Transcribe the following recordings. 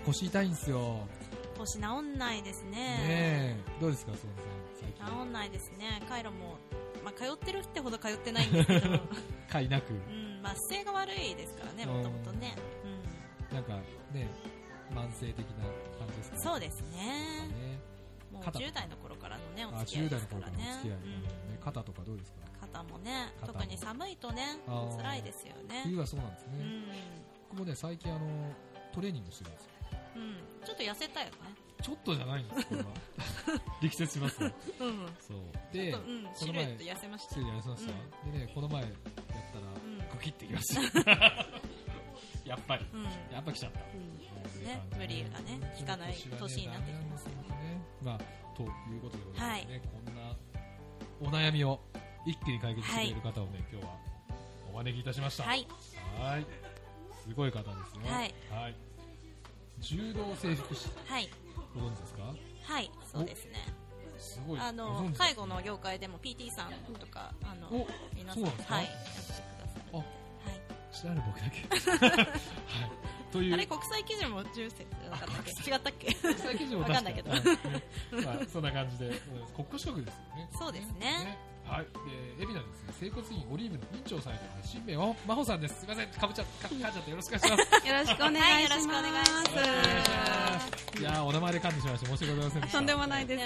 腰痛いんですよ。 腰治んないですね。 ねえ、どうですか、そう最近。 治んないですね。カイロも、まあ、通ってるってほど通ってないんですけどかいなく、 まあ、姿勢が悪いですからね、もともとね。 なんかね、慢性的な感じですかね。 そうですね。もう10代の頃からのね、お付き合いですからね。 肩とかどうですか？ 肩もね、特に寒いとね、辛いですよね。 冬はそうなんですね。僕もね、最近トレーニングしてるんですよ。 ちょっと痩せたよね。 ちょっとじゃないんです、これは。力説しますね。そうで、 シルエット痩せました。 でね、この前やったらグキってきました。やっぱり来ちゃった。 無理がね、効かない年になってきますよね。 まあということでございますね。こんなお悩みを一気に解決してくれる方をね、今日はお招きいたしました。はい。すごい方ですよ。はい。柔道整復師。はい。ご存知ですか？はい、そうですね。すごい。介護の業界でも PT さんとか皆さん、はい、やってください。はい。 知らない僕だけ。はい。という。 あれ国際基準も重視じゃなかったっけ？違ったっけ？ 国際基準もわかんないけど。 まあそんな感じで国家資格ですよね。 そうですね。 はい。海老名ですね、整骨院オリーブの院長さんやってる新名真帆さんです。すみません、かぶちゃってよろしくお願いします。 よろしくお願いします。 いやお名前で噛んでしまいまして申し訳ございませんでした。 とんでもないです。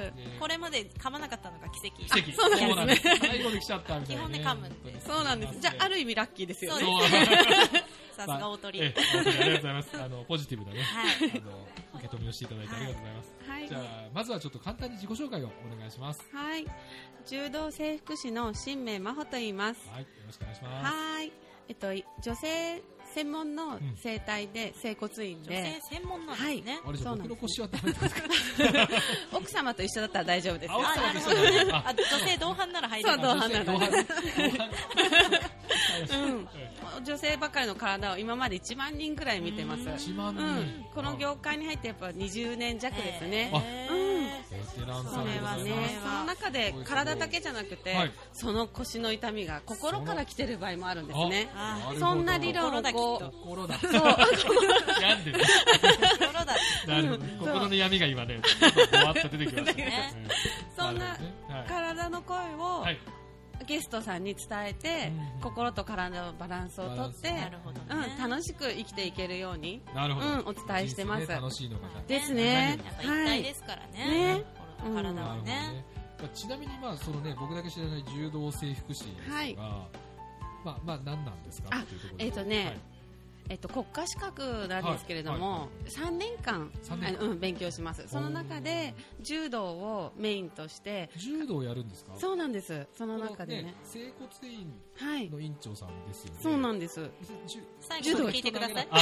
これまで噛まなかったのが奇跡。 奇跡。そうなんです。最後に来ちゃったみたいな。基本で噛むんで。 そうなんです。じゃあある意味ラッキーですよね。 さすが大鳥。 ありがとうございます。ポジティブなね、受け止めをしていただいてありがとうございます。じゃあまずはちょっと簡単に自己紹介をお願いします。 はい。柔道整復師の新名真帆と言います。 はい、よろしくお願いします。 はい。女性専門の整体で整骨院で。 女性専門なんですね。 あれじゃ僕の腰はダメですか？ 奥様と一緒だったら大丈夫ですよ。 女性同伴なら入れる。 そう同伴なら。女性ばかりの体を今まで1万人くらい見てます。 1万人。 この業界に入ってやっぱ20年弱ですね。 それはね、その中で体だけじゃなくて、その腰の痛みが心から来てる場合もあるんですね。そんな理論を心だ。そう。病んでる。心の闇が今ね、ぼわっと出てきましたね。 そんな体の声をゲストさんに伝えて、心と体のバランスをとって、楽しく生きていけるようにお伝えしてます。 楽しいのがですね。 一体ですからね。体はね。 ちなみにそのね、僕だけ知らない柔道整復師ですが、何なんですかっていうところで。 国家資格なんですけれども、3年間勉強します。その中で柔道をメインとして。 柔道をやるんですか？そうなんです。その中でね、 整骨院の院長さんですよね。 そうなんです。 柔道聞いてください。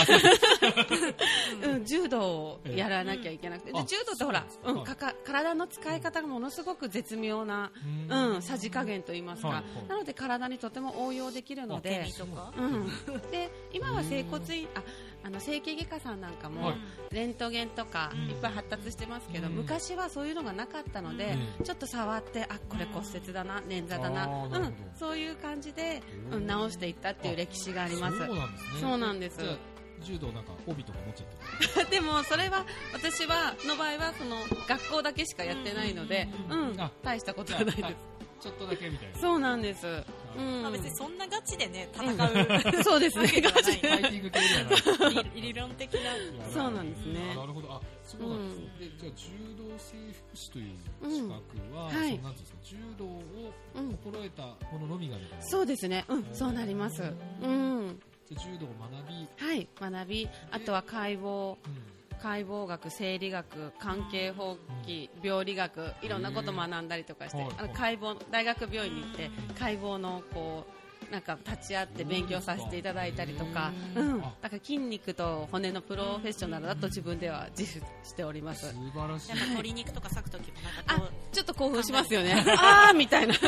柔道をやらなきゃいけなくて、柔道ってほら、体の使い方がものすごく絶妙なさじ加減といいますか、なので体にとても応用できるので、で今は整骨院、整形外科さんなんかもレントゲンとかいっぱい発達してますけど、昔はそういうのがなかったので、ちょっと触って、これ骨折だな、捻挫だな、そういう感じで直していったっていう歴史があります。そうなんです。 柔道なんか帯とか持っちゃってでもそれは私の場合はその学校だけしかやってないので、大したことはないです。 ちょっとだけみたいな。 そうなんです。 別にそんなガチでね戦う。 そうですね。 ガチでファイティング系ではない。 理論的な。 そうなんですね。 なるほど。そうなんですね。じゃあ柔道整復師という資格は、なんですか、柔道を心得たもののみがみたいな。 そうですね。そうなります。 柔道を学び、あとは解剖学、生理学、関係法規、病理学、いろんなこと学んだりとかして、大学病院に行って解剖のなんか立ち会って勉強させていただいたりとか、だから筋肉と骨のプロフェッショナルだと自分では自負しております。 素晴らしい。 やっぱ鶏肉とか裂くときもなんかちょっと興奮しますよね。みたいな。 す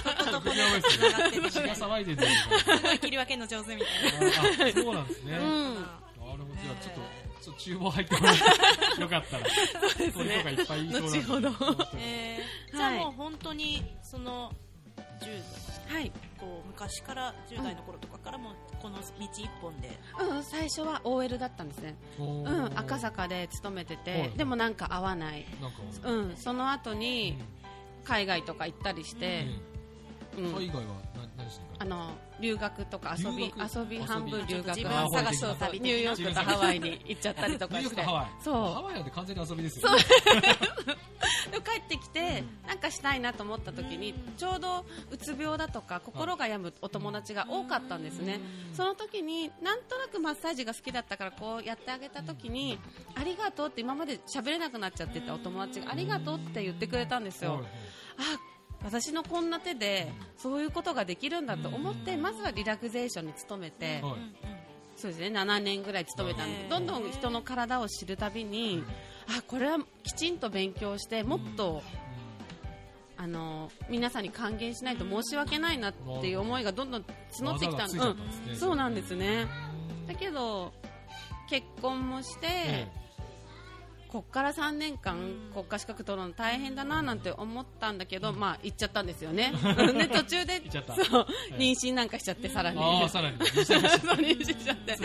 ごい切り分けの上手みたいな。そうなんですね。なるほど。じゃあちょっと厨房入ってもらってよかったら。 そうですね。 鳥とかいっぱいいそうなんで。 後ほど。 じゃあもう本当にその柔道、はい、こう昔から10代の頃とかからもこの道一本で、 最初は OL だったんですね、赤坂で勤めてて、でもなんか合わない、その後に海外とか行ったりして、 海外は何してるか留学とか遊び半分留学、 自分を探して旅ニューヨークとハワイに行っちゃったりとかして、 ハワイなんて完全に遊びですよ。 でも帰ってきてなんかしたいなと思った時にちょうどうつ病だとか心が病むお友達が多かったんですね。その時になんとなくマッサージが好きだったからこうやってあげた時にありがとうって今まで喋れなくなっちゃってたお友達がありがとうって言ってくれたんですよ。私のこんな手でそういうことができるんだと思ってまずはリラクゼーションに努めて、そうですね、7年ぐらい勤めたんで、どんどん人の体を知るたびにこれはきちんと勉強してもっと皆さんに還元しないと申し訳ないなっていう思いがどんどん募ってきたんです。そうなんですね。だけど結婚もして、こっから3年間国家資格取るの大変だななんて思ったんだけど、行っちゃったんですよね。で途中でそう妊娠なんかしちゃって、さらに妊娠しちゃって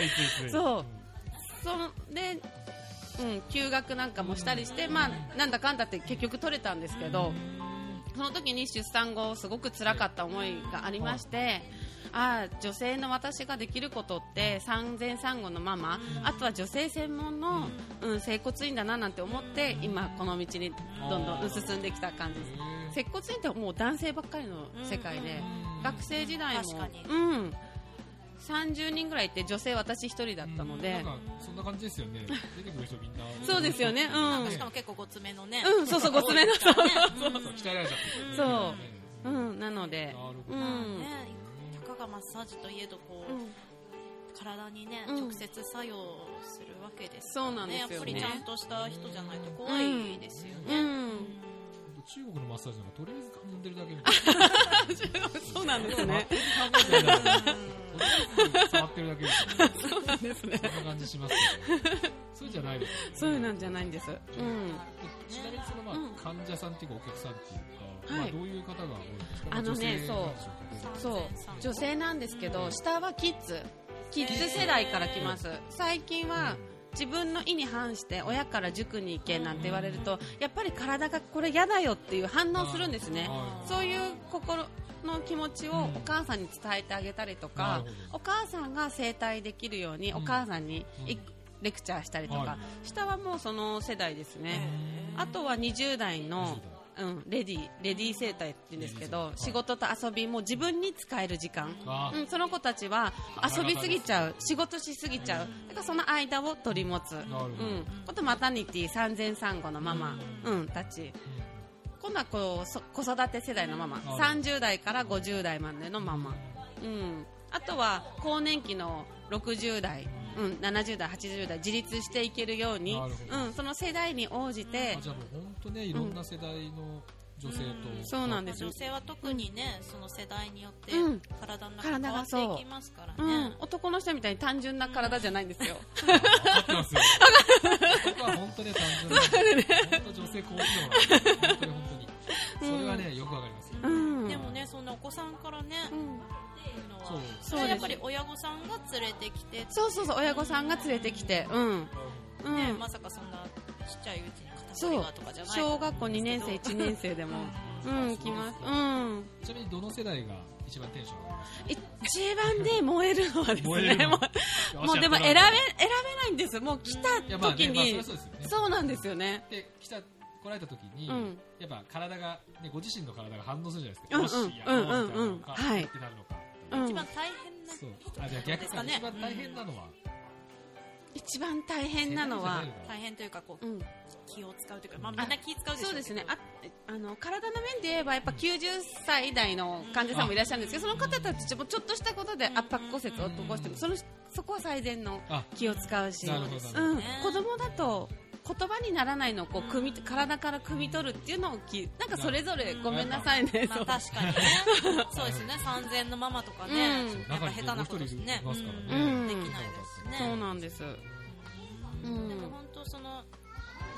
で休学なんかもしたりして、なんだかんだって結局取れたんですけど、その時に出産後すごく辛かった思いがありまして、女性の私ができることって産前産後のママ、あとは女性専門の、整骨院だななんて思って今この道にどんどん進んできた感じです。接骨院ってもう男性ばっかりの世界で、学生時代も30人ぐらいいて女性私1人だったので、 なんかそんな感じですよね。出てくる人みんなそうですよね。 しかも結構ごつめのね、 そうごつめの鍛えられちゃってそうなので、 たかがマッサージといえどこう、体にね直接作用するわけですからね。そうなんですよね。やっぱりちゃんとした人じゃないと怖いですよね。 中国のマッサージなんかとりあえず揉んでるだけみたいな。 そうなんですね。 とりあえず触ってるだけみたいな。 そうなんですね。 そんな感じしますけど。そうじゃないです。 そうなんじゃないんです。ちなみにその患者さんっていうかお客さんっていうか、どういう方が多いんですか。 そう女性なんですけど、下はキッズ世代から来ます。最近は自分の意に反して親から塾に行けなんて言われると、やっぱり体がこれ嫌だよっていう反応するんですね。そういう心の気持ちをお母さんに伝えてあげたりとか、お母さんが整体できるようにお母さんにレクチャーしたりとか、下はもうその世代ですね。あとは20代のレディー整体って言うんですけど、仕事と遊びも自分に使える時間、その子たちは遊びすぎちゃう、仕事しすぎちゃう、だからその間を取り持つ、あとマタニティ産前産後のママ、たち、今度は子育て世代のママ、30代から50代までのママ、あとは更年期の60代、70代、80代自立していけるように、その世代に応じて、 じゃあもう本当ね、いろんな世代の女性と、 そうなんです。 女性は特にね、その世代によって体の中変わっていきますからね。 男の人みたいに単純な体じゃないんですよ。 分かってますよ。僕は本当に単純な、本当女性高機能なんで、本当にそれはねよくわかります。 でもね、そんなお子さんからね。そうやっぱり親御さんが連れてきて、 そう親御さんが連れてきて、 まさかそんなちっちゃいうちに肩こりがとかじゃない、 小学校2年生1年生でも来ます。 ちなみにどの世代が一番テンション上がりますか。 一番で燃えるのはですね、もうでも選べないんです。もう来た時に、そうなんですよね。 で来られた時に、やっぱ体がね、ご自身の体が反応するじゃないですか。よし、やろうみたいなのか、ってなるのか。 一番大変な人ですかね。 一番大変なのは、 一番大変なのは大変というかこう、気を使うというか、みんな気使うでしょう。そうですね。 体の面で言えばやっぱ90歳代の患者さんもいらっしゃるんですけど、その方たちもちょっとしたことで圧迫骨折を起こしても、そこは最善の気を使うし、子供だと言葉にならないのをこう体から汲み取るっていうのをなんかそれぞれごめんなさいね。 確かにね。そうですね。産前のママとかね、やっぱ下手なことですね。できないですね。 そうなんです。 でも本当その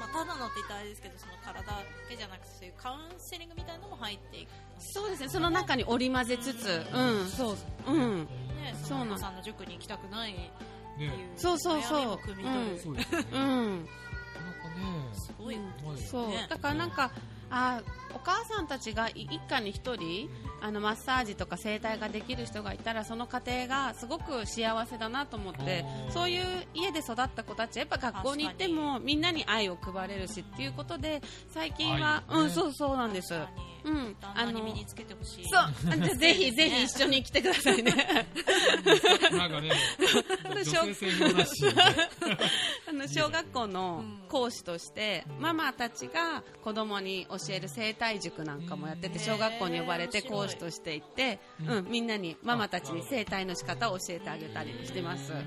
ただのって言ったらあれですけど、その体だけじゃなくてそういうカウンセリングみたいなのも入っていく。 そうですね、その中に織り交ぜつつ、そう、 そのお子さんの塾に行きたくないっていう、 そうそうそう、 組み取る。 そうですね。なんかね、 すごいことですよね。そう、だからなんかお母さんたちが一家に一人マッサージとか整体ができる人がいたら、その家庭がすごく幸せだなと思って、そういう家で育った子たちはやっぱ学校に行ってもみんなに愛を配れるしっていうことで、最近は、そうなんです。 身につけてほしい。 そう、じゃぜひぜひ一緒に来てくださいね。 なんかね、女性専用だし、 小学校の講師としてママたちが子供に教える整体塾なんかもやってて、小学校に呼ばれて講師として行って、みんなにママたちに整体の仕方を教えてあげたりしてます。そう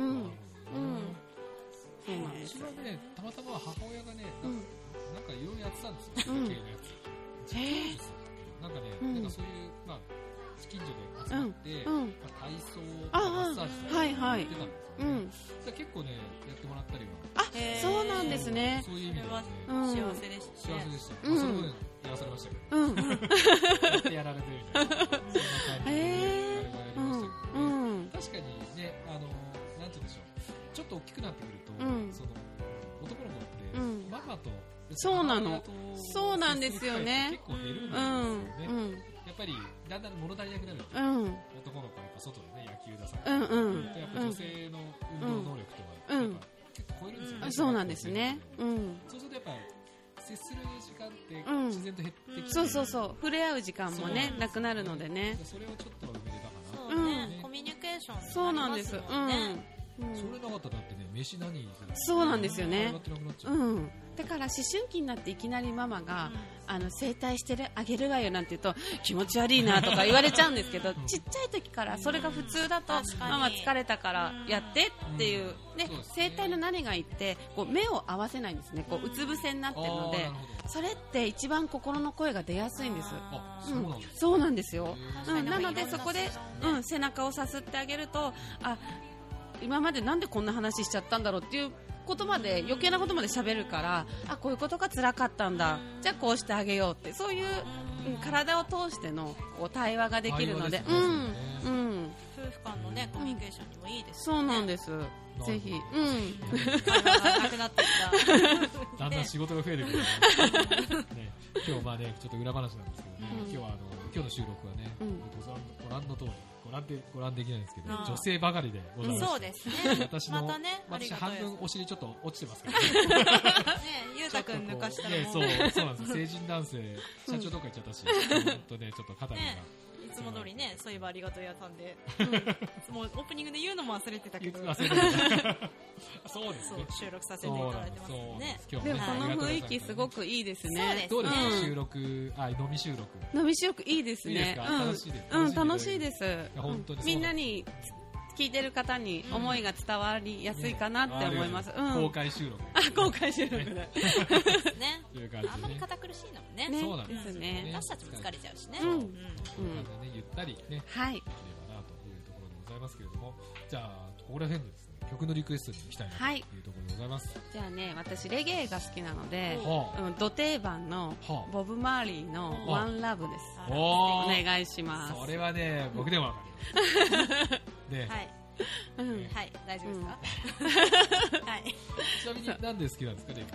なんです。 私はね、たまたま母親がね、なんかいろいろやってたんですよ。系のやつ。なんかね、なんかそういう近所で集まって体操とかマッサージとかやってたんですよ。結構ね、やってもらったりは。 そうなんですね。 そういう意味では幸せでした。 幸せでした。それもね、やらされましたけど。やってやられてるみたいな。そんな感じでやりましたけど。確かにね、なんて言うんでしょう。ちょっと大きくなってくると、その男の子ってママとそうなの。そうなんですよね。 結構減るんですよね。やっぱりだんだん物足りなくなる。男の子はやっぱ外でね、野球ださやっぱ女性の運動能力とはやっぱ結構超えるんですよね。 そうなんですね。 そうするとやっぱ接する時間って自然と減ってきて、 そう触れ合う時間もねなくなるのでね。 それをちょっとは埋めれたかな。そうね、コミュニケーション。 そうなんです。 それなかったらだってね、飯何そうなんですよね。だから思春期になっていきなりママが整体してあげるわよなんて言うと気持ち悪いなとか言われちゃうんですけど、ちっちゃい時からそれが普通だと、ママ疲れたからやってっていうね。整体の何がいいってこう目を合わせないんですね。こううつ伏せになってるので、それって一番心の声が出やすいんです。そうなんですよ。なのでそこで背中をさすってあげると、今までなんでこんな話しちゃったんだろうっていうことまで、余計なことまで喋るから、こういうことが辛かったんだ、じゃあこうしてあげようって、そういう、体を通してのこう対話ができるので、夫婦間のねコミュニケーションにもいいですよね。 そうなんです。ぜひ。 会話がなくなってきた。 だんだん仕事が増えてくる。今日ねちょっと裏話なんですけどね、今日の収録はね、ご覧の通り。ご覧できないんですけど、女性ばかりでございます。 そうですね。 私半分お尻ちょっと落ちてますからね。ゆうたくん抜かしたらそうなんですよ。成人男性社長とか行っちゃったし、本当ねちょっと肩が。 いつも通りね、そういえばありがとう屋さんで、もうオープニングで言うのも忘れてたけど、 そうですね。 収録させていただいてますね。 でもこの雰囲気すごくいいですね。 どうですか？収録、飲み収録。 飲み収録いいですね。 楽しいです。 楽しいです。 本当にみんなに聞いてる方に思いが伝わりやすいかなって思います。 公開収録。 公開収録で。 ね。あんまり堅苦しいのもね。 そうなんですね。私たちも疲れちゃうしね。 ゆったりね。 はい。 できればなというところでございますけれども、じゃあここら辺でですね、曲のリクエストに行きたいなというところでございます。 じゃあね、私レゲエが好きなので、ド定番のボブ・マーリーのワンラブです。お願いします。 それはね、僕でもわかります。で、 はい、大丈夫ですか？はい。 ちなみになんで好きなんですかね？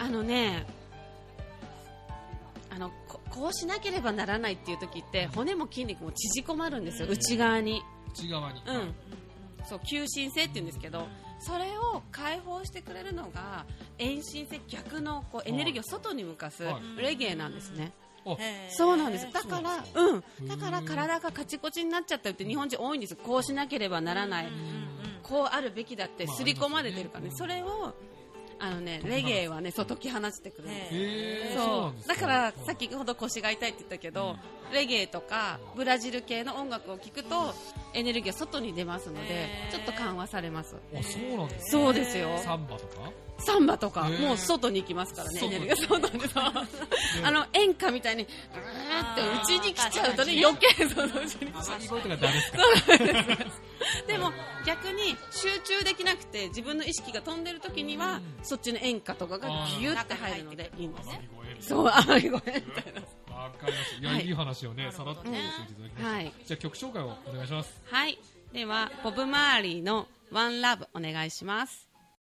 こうしなければならないっていう時って骨も筋肉も縮こまるんですよ、内側に。そう、求心性って言うんですけど、それを解放してくれるのが遠心性、逆のこうエネルギーを外に向かすレゲエなんですね。そうなんです。だから体がカチコチになっちゃったって日本人多いんですよ。こうしなければならない、こうあるべきだって刷り込まれてるからね。それをレゲエはね、解き放してくれる。そうだから先ほど腰が痛いって言ったけど、レゲエとかブラジル系の音楽を聴くとエネルギーが外に出ますので、ちょっと緩和されます。 そうなんです。 そうですよ。 サンバとかサンバとかもう外に行きますからね、エネルギーが。そうなんです。演歌みたいにってうちに来ちゃうとね、余計そのうちに来ちゃう。 声とかダメですか？ でも逆に集中できなくて自分の意識が飛んでる時にはそっちの演歌とかがギュッて入るのでいいんですね。そう、天城越えみたいな。 わかりました。いや、いい話をね、さらっと教えていただきました。はい。じゃあ曲紹介をお願いします。 はい。ではボブ・マーリーのOne Loveお願いします。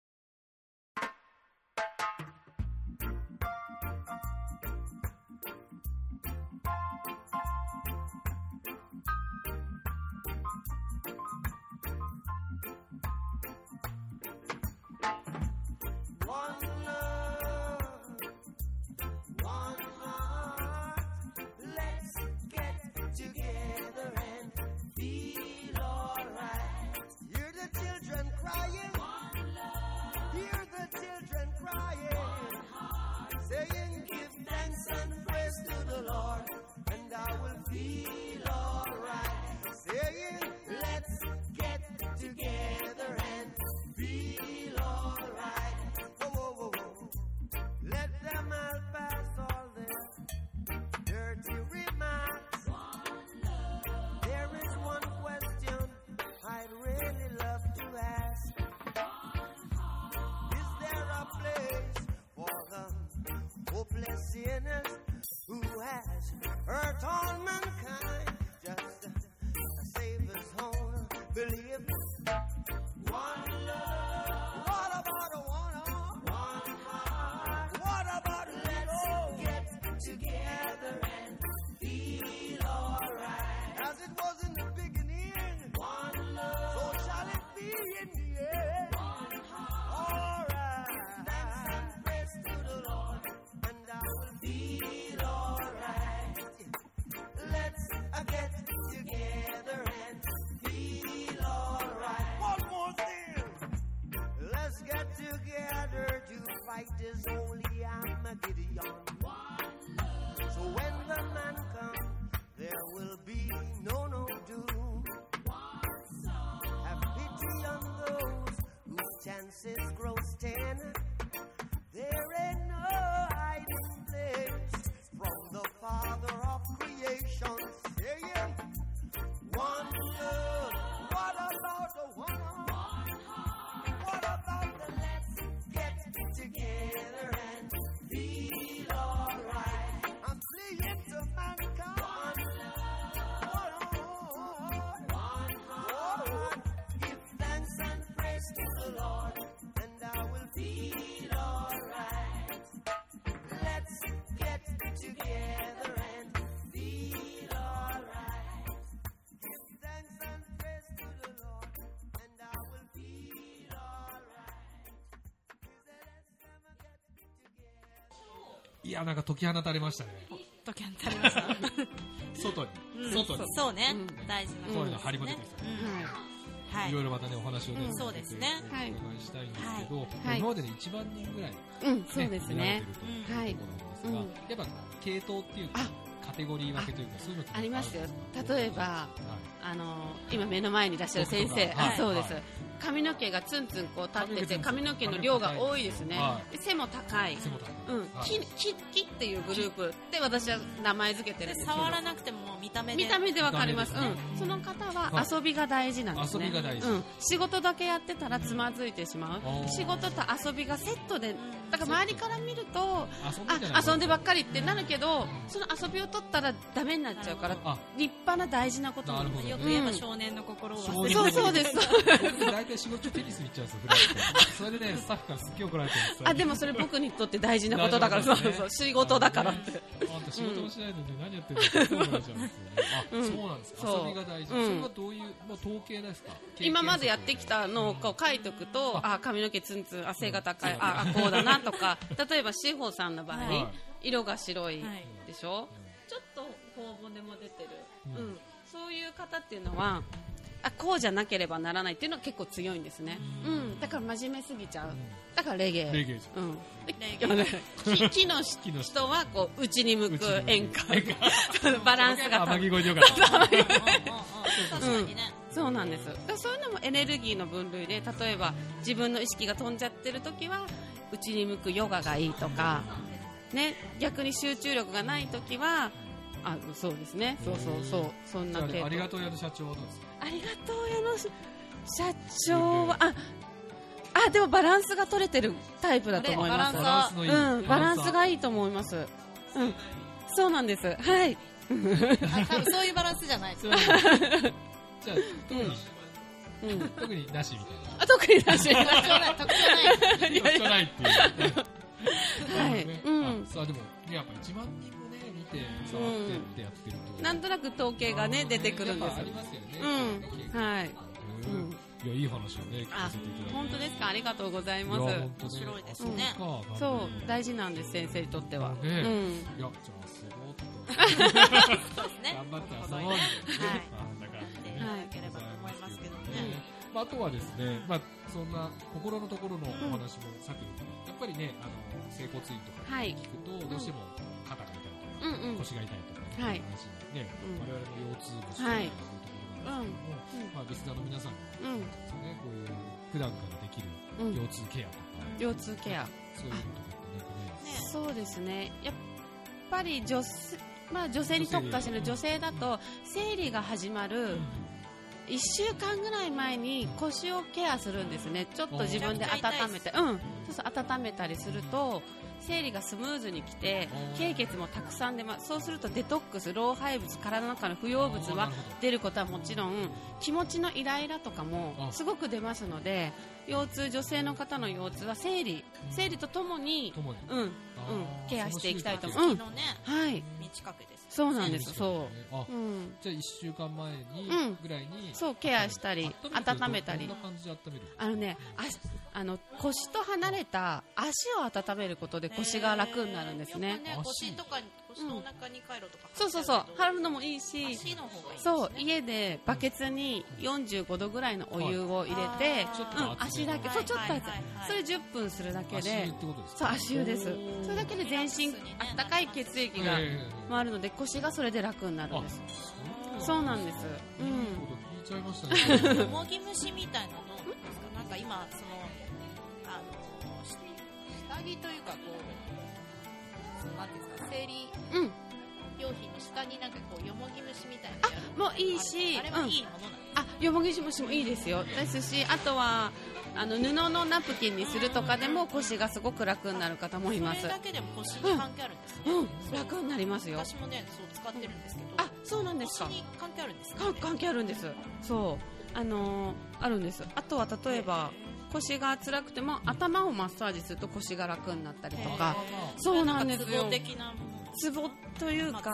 いや、なんか解き放たれましたね。 解き放たれました外に、 そうね、大事なそういうの張りも出てきたね。いろいろまたね、お話をね、 そうですね、 お伺いしたいんですけど、今までで1万人ぐらいそうですね、 見られてるというところなんですが、やっぱ系統っていうかカテゴリー分けというか、そういうのってありますよ。例えば今目の前にいらっしゃる先生、そうです、髪の毛がツンツンこう立ってて、髪の毛の量が多いですね。背も高い。木っていうグループで私は名前付けてるんですけど、 触らなくても見た目でわかります。その方は遊びが大事なんですね。仕事だけやってたらつまずいてしまう。仕事と遊びがセットで、だから周りから見ると遊んでばっかりってなるけど、その遊びを取ったらダメになっちゃうから、立派な大事なことなんです。 よく言えば少年の心を忘れる。 そうです。 大体仕事中テニスに行っちゃうんですよ。それでね、スタッフからすっげえ怒られてるんですよ。 でもそれ僕にとって大事なことだから、そう仕事だからって。 あんた仕事もしないで何やってるんですかって怒られちゃうんですよね。そうなんですか。遊びが大事。それはどういう統計ですか。 今までやってきたのをこう書いておくと、髪の毛ツンツン、背が高い、こうだなとか、例えば志保さんの場合、色が白いでしょ。ちょっと頬骨も出てる。そういう方っていうのは。こうじゃなければならないっていうのは結構強いんですね。だから真面目すぎちゃう。だからレゲエ。木の人はこう内に向く演歌。バランスが。 天城越えでよかった。 そうなんです。そういうのもエネルギーの分類で、例えば自分の意識が飛んじゃってる時は内に向くヨガがいいとか、ね、逆に集中力がない時は。そうですね。そんな程度。 ありがとう屋の社長はどうですか。 ありがとう屋の社長はでもバランスが取れてるタイプだと思います。バランスがいいと思います。そうなんです。はい。 多分そういうバランスじゃない。じゃあ特になしみたいな。 特になし。 特徴ないっていう。 はい。 さあでもやっぱ1万人もね見て触ってやってると。 なんとなく統計がね出てくるんです。 ありますよね。 はい。 いやいい話をね聞かせていただいて。 本当ですか。ありがとうございます。面白いですね。 そう大事なんです先生にとっては。 いやじゃあすごっと頑張って遊ぼうみたいな。はい。あとはですね、そんな心のところのお話もさておき、やっぱりね整骨院とか聞くとどうしても肩が痛いとか腰が痛いとかいう話でね、我々の腰痛もそういうところなんですけども、リスナーの皆さんがこういう普段からできる腰痛ケアとか腰痛ケアそういうのとかってね。 そうですね。やっぱり女性に特化してる女性だと生理が始まる1週間ぐらい前に腰をケアするんですね。ちょっと自分で温めて、温めたりすると生理がスムーズにきて経血もたくさん出ます。そうするとデトックス、老廃物、体の中の不要物は出ることはもちろん気持ちのイライラとかもすごく出ますので、腰痛、女性の方の腰痛は生理とともにケアしていきたいと思います。はい。 近くです。 そうなんです。そう。 じゃあ1週間前にぐらいにケアしたり温めたり。 どんな感じで温める？ 腰と離れた足を温めることで腰が楽になるんですね。 腰とか腰の中にカイロとか。 そう貼るのもいいし、そう家でバケツに45度ぐらいのお湯を入れて、足だけちょっとやつ、それ10分するだけで、そう足湯です。それだけで全身あったかい血液が回るので腰がそれで楽になるんです。そうなんです。 聞いちゃいましたね。 よもぎ蒸しみたいなのなんか今その下着というかこうなんていうんですか生理用品の下になんかこうよもぎ蒸しみたいなやるもいいし、 あれはいいものなんですか？ よもぎ蒸しもいいですよ。ですし、あとは布のナプキンにするとかでも腰がすごく楽になる方もいます。 それだけでも腰に関係あるんですね。 楽になりますよ。 私もねそう使ってるんですけど。 そうなんですか。 腰に関係あるんですか？ 関係あるんです。そうあるんです。あとは例えば腰が辛くても頭をマッサージすると腰が楽になったりとか。そうなんですよ。ツボというか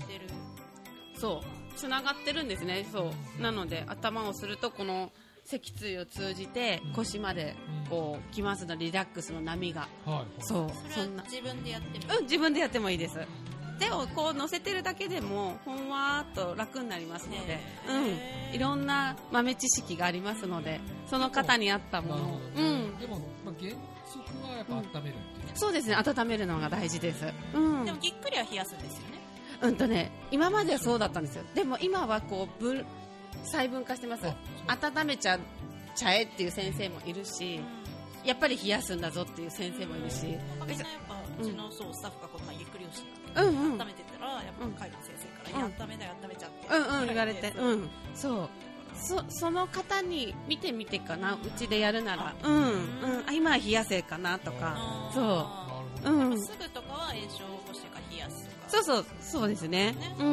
つながってるんですね。そうなので頭をするとこの脊椎を通じて腰までこう来ますのでリラックスの波が。そんな自分でやっても自分でやってもいいです。手をこう乗せてるだけでもほんわーっと楽になりますので、いろんな豆知識がありますのでその方に合ったものを。 でも原則はやっぱ温めるっていう。 そうですね、温めるのが大事です。でもぎっくりは冷やすんですよね。 今まではそうだったんですよ。でも今はこう細分化してます。温めちゃえっていう先生もいるし、やっぱり冷やすんだぞっていう先生もいるし。 うちのスタッフがこんなぎっくり腰温めてたらやっぱカイロ先生から温めちゃって言われて、その方に見てみてかな、うちでやるなら今は冷やせかなとか。 すぐとかは炎症を起こしてから冷やすとか。 そうですね。はい。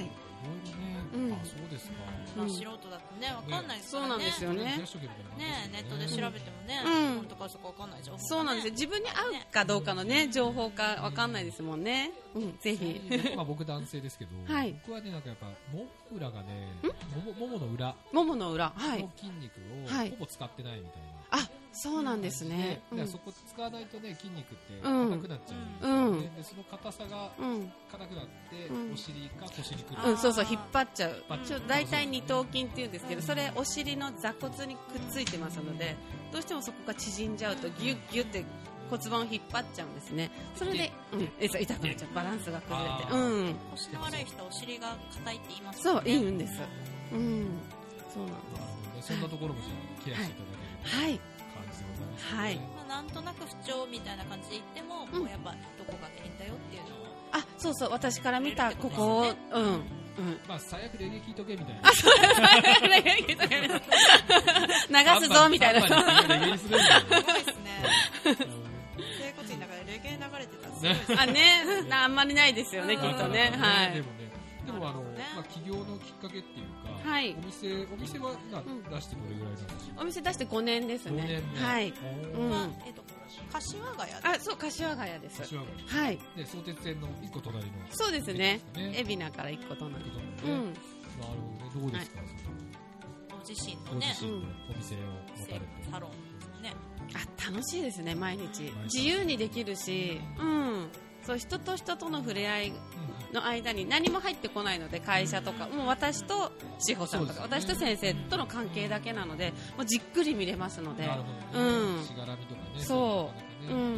そうですか。 素人だとね分かんないですからね。 そうなんですよね。 ネットで調べてもね、本当かそこ分かんない情報。 そうなんですよ。自分に合うかどうかのね情報か分かんないですもんね。ぜひ。 僕男性ですけど、僕はねなんかやっぱもも裏がね、ももの裏の筋肉をほぼ使ってないみたいな。 そうなんですね。 そこ使わないとね筋肉って硬くなっちゃうんですよね。でその硬さが硬くなってお尻か腰にくる。 引っ張っちゃう。だいたい二頭筋って言うんですけど、それお尻の座骨にくっついてますので、どうしてもそこが縮んじゃうとギュッギュッって骨盤を引っ張っちゃうんですね。それで痛くなっちゃう。バランスが崩れて。 腰の悪い人はお尻が硬いって言いますよね。言うんです。そうなんです。そんなところもケアしていただける。 なんとなく不調みたいな感じで言っても、もうやっぱどこが原因だよっていうのを。 私から見たここをまあ最悪レゲエ聴いとけみたいな。 あ、そうレゲエ聴いとけみたいな。流すぞみたいな。 レゲエするんだよ。 すごいですね。整骨院の中でレゲエ流れてたらすごいですね。 あ、ね、あんまりないですよね、きっとね。はい。 でもまあ起業のきっかけっていうか、 はい、 お店は出してどれぐらいなんですか？ お店出して5年ですね。5年ね。はい。 柏ヶ谷。 あ、そう、柏ヶ谷です。 柏ヶ谷。 はい。 で、相鉄線の1個隣の。 そうですね。海老名から1個隣。 なるほどね。どうですか？ ご自身のね、 お店を持たれて。 サロンね。 あ、楽しいですね、毎日。自由にできるし、そう、人と人との触れ合いの間に何も入ってこないので、会社とか、もう私と志保さんとか、私と先生との関係だけなので、もうじっくり見れますので。 なるほどね。しがらみとかね。 そう。はい。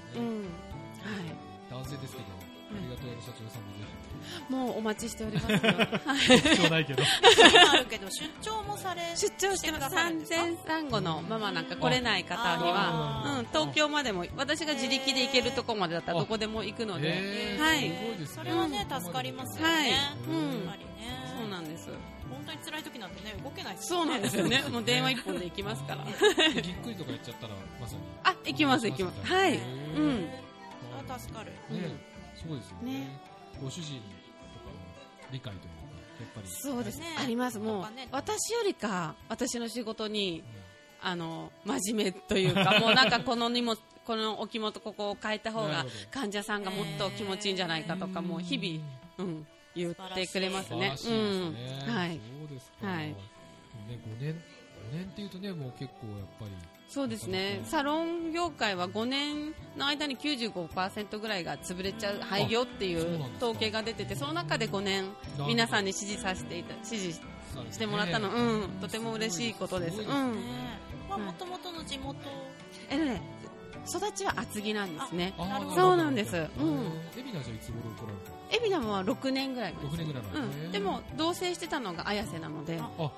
男性ですけど、ありがとう社長さんもぜひ。 もうお待ちしておりますよ。 出張ないけど。 あるけど出張もされ。 出張してます。産前産後のママなんか来れない方には、東京までも私が自力で行けるとこまでだったらどこでも行くので、はい。 それはね助かりますよね。 はい。 そうなんです。 本当に辛い時なんてね動けない。 そうなんですよね。もう電話一本で行きますから。 ぎっくりとかやっちゃったらまさに。 あ、行きます。はい。 それは助かる。 そうですよね。ご主人とかの理解というかやっぱりそうですね。あります。もう私よりか私の仕事に真面目というかもうなんかこの荷物この置物ここを変えた方が患者さんがもっと気持ちいいんじゃないかとかもう日々言ってくれますね。はい。 そうですか。はい。5年っていうとねもう結構やっぱり。 そうですね。サロン業界は5年の間に 95% ぐらいが潰れちゃう廃業っていう統計が出てて、その中で5年皆さんに支持してもらったの、とても嬉しいことです。もともとの地元。 育ちは厚木なんですね。そうなんです。 海老名じゃいつ頃来られた？ 海老名は6年ぐらい前。6年ぐらい前。 でも同棲してたのが綾瀬なので。はい。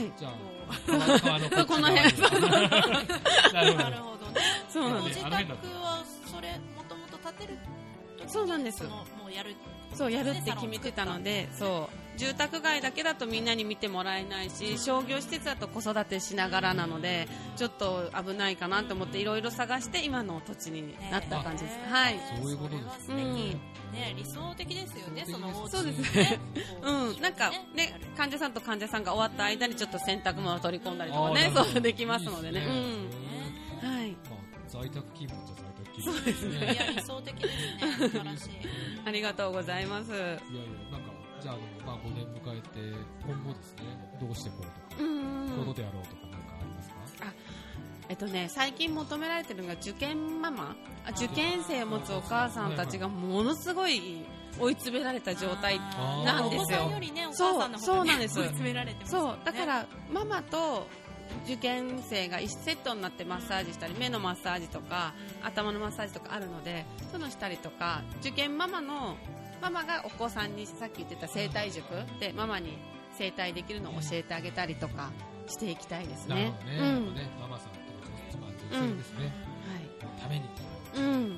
じゃあ川のこの辺。 なるほどね。 そうなんです。 ご自宅はそれもともと建てる。 そうなんです。 もうやる。 そうやるって決めてたので、そう住宅街だけだとみんなに見てもらえないし、商業施設だと子育てしながらなのでちょっと危ないかなと思っていろいろ探して今の土地になった感じです。はい。 そういうことですね。理想的ですよね。そのお家。 そうですね。なんかね患者さんと患者さんが終わった間にちょっと洗濯物を取り込んだりとかね、そうできますのでね。はい。 在宅勤務じゃ在宅勤務。 そうですね。 いや理想的ですね。素晴らしい。 ありがとうございます。いやいやなんかじゃあ5年迎えて今後ですねどうしてこうとかこういうことやろうとかなんかありますか？ 最近求められてるのが受験ママ、受験生を持つお母さんたちがものすごい追い詰められた状態なんですよ。そうなんです。 追い詰められてます。 そうだからママと受験生が1セットになってマッサージしたり目のマッサージとか頭のマッサージとかあるのでそういうのしたりとか受験ママがお子さんにさっき言ってた整体塾でママに整体できるのを教えてあげたりとかしていきたいですね。 なるほどね。ママさんと一番女性ですね。ために。はい。 今の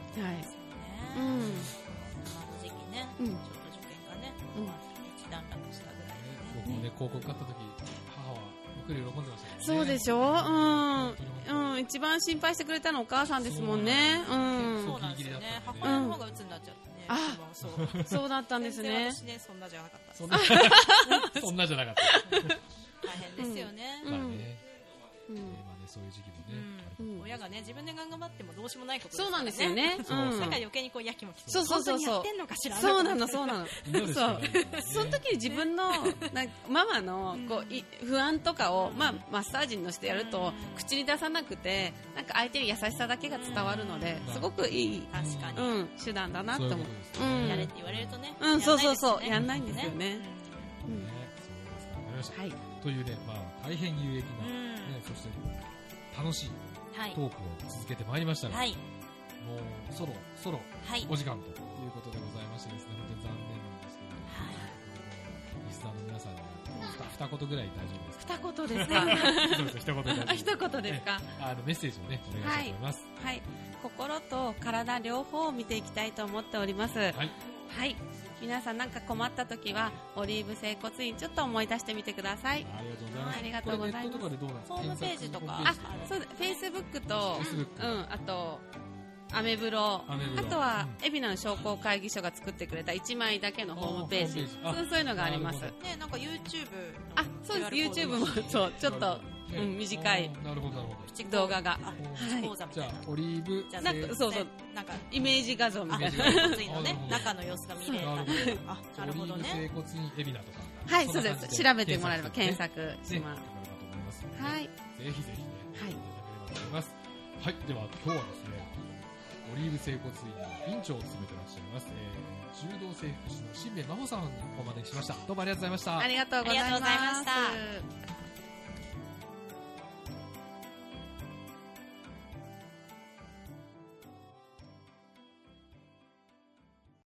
時期ね、ちょっと受験がね、一段落したぐらいでね。 僕もね広告買った時母は喜んでましたね。 そうでしょ。一番心配してくれたのはお母さんですもんね。 そうなんですよね。母親の方が鬱になっちゃってね。 そうだったんですね。 私ねそんなじゃなかった。 そんなじゃなかった。 大変ですよね。 そういう時期もね。 親がね自分で頑張ってもどうしようもないことそうなんですよね。 だから余計にこうやきもきする。 そうやってんのかしら。 そうなの。そう。その時に自分のママの不安とかをマッサージにしてやると口に出さなくてなんか相手に優しさだけが伝わるのですごくいい手段だなと思う。 やれって言われるとね。 そうやんないんですよね。 はい。というね大変有益なそして楽しいトークを続けてまいりましたが、もうそろそろお時間ということでございましてですね、本当に残念なんですけど、リスナーの皆さんに二言ぐらい大丈夫ですか？ 二言ですか？ そうです、一言で。 一言ですか？ メッセージをねお願いしたいと思います。 はい。心と体両方を見ていきたいと思っております。はい。 皆さんなんか困った時はオリーブ整骨院ちょっと思い出してみてください。 ありがとうございます。 ホームページとか、 そうです。フェイスブックと、あとアメブロ、あとは海老名の商工会議所が作ってくれた1枚だけのホームページ、そういうのがあります。 ね、なんか YouTube、 そうです。YouTube もそうちょっと短い動画が、 じゃあオリーブそうなんかイメージ画像みたいな中の様子が見れる。なるほどね。 整骨院海老名とか、 はい、そうです。調べてもらえれば検索します。はい。 ぜひぜひね、はい、いただければと思います。はい、では今日はですね、オリーブ整骨院の院長を務めていらっしゃいます、柔道整復師の新部真帆さんをお招きしました。どうもありがとうございました。 ありがとうございました。